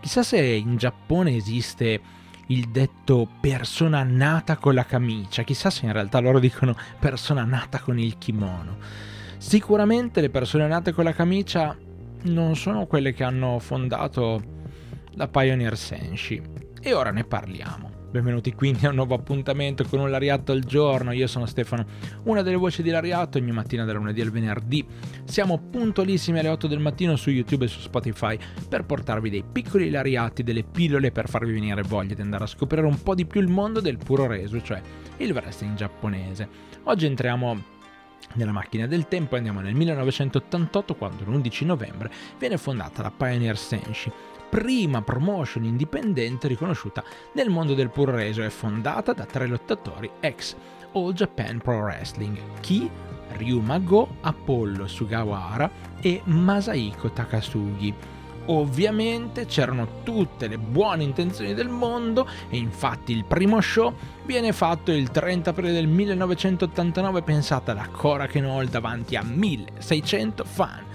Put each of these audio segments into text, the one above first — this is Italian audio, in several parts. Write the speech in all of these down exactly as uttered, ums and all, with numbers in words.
Chissà se in Giappone esiste il detto persona nata con la camicia, chissà se in realtà loro dicono persona nata con il kimono. Sicuramente le persone nate con la camicia non sono quelle che hanno fondato la Pioneer Senshi, e ora ne parliamo. Benvenuti quindi a un nuovo appuntamento con un Lariatto al giorno. Io sono Stefano, una delle voci di Lariatto. Ogni mattina dal lunedì al venerdì siamo puntualissimi alle otto del mattino su YouTube e su Spotify per portarvi dei piccoli lariatti, delle pillole per farvi venire voglia di andare a scoprire un po' di più il mondo del puro reso, cioè il wrestling giapponese. Oggi entriamo nella macchina del tempo e andiamo nel millenovecentottantotto, quando l'undici novembre viene fondata la Pioneer Senshi, prima promotion indipendente riconosciuta nel mondo del puro reso. È fondata da tre lottatori ex All Japan Pro Wrestling: Ki, Ryuma Go, Apollo Sugawara e Masahiko Takasugi. Ovviamente c'erano tutte le buone intenzioni del mondo e infatti il primo show viene fatto il trenta aprile del millenovecentottantanove, pensata da Korakuen Hall davanti a milleseicento fan.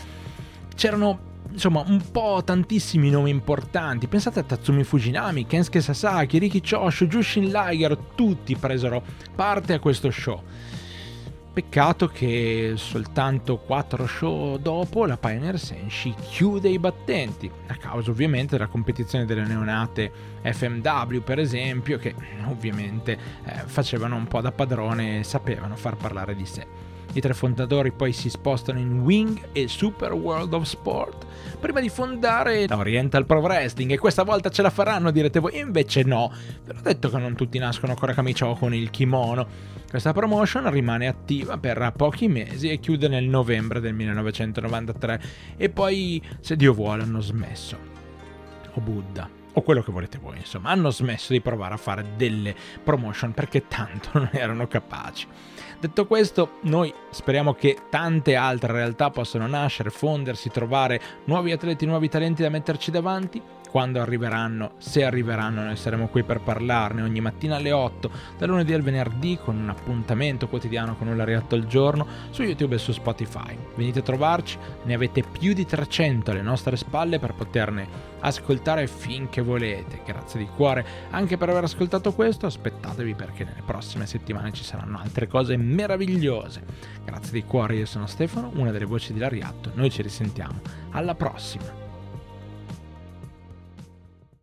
C'erano insomma un po' tantissimi nomi importanti, pensate a Tatsumi Fujinami, Kensuke Sasaki, Riki Choshu, Jushin Liger, tutti presero parte a questo show. Peccato che soltanto quattro show dopo la Pioneer Senshi chiude i battenti, a causa ovviamente della competizione delle neonate F M W, per esempio, che ovviamente eh, facevano un po' da padrone e sapevano far parlare di sé. I tre fondatori poi si spostano in Wing e Super World of Sport prima di fondare la Oriental Pro Wrestling, e questa volta ce la faranno, direte voi. Invece no, ve l'ho detto che non tutti nascono con la camicia o con il kimono. Questa promotion rimane attiva per pochi mesi e chiude nel novembre del millenovecentonovantatré, e poi, se Dio vuole, hanno smesso. O Buddha, o quello che volete voi, insomma, hanno smesso di provare a fare delle promotion perché tanto non erano capaci. Detto questo, noi speriamo che tante altre realtà possano nascere, fondersi, trovare nuovi atleti, nuovi talenti da metterci davanti. Quando arriveranno, se arriveranno, noi saremo qui per parlarne ogni mattina alle otto, dal lunedì al venerdì, con un appuntamento quotidiano con un Lariatto al giorno su YouTube e su Spotify. Venite a trovarci, ne avete più di trecento alle nostre spalle per poterne ascoltare finché volete. Grazie di cuore anche per aver ascoltato questo, aspettatevi perché nelle prossime settimane ci saranno altre cose meravigliose. Grazie di cuore, io sono Stefano, una delle voci di Lariatto, noi ci risentiamo alla prossima.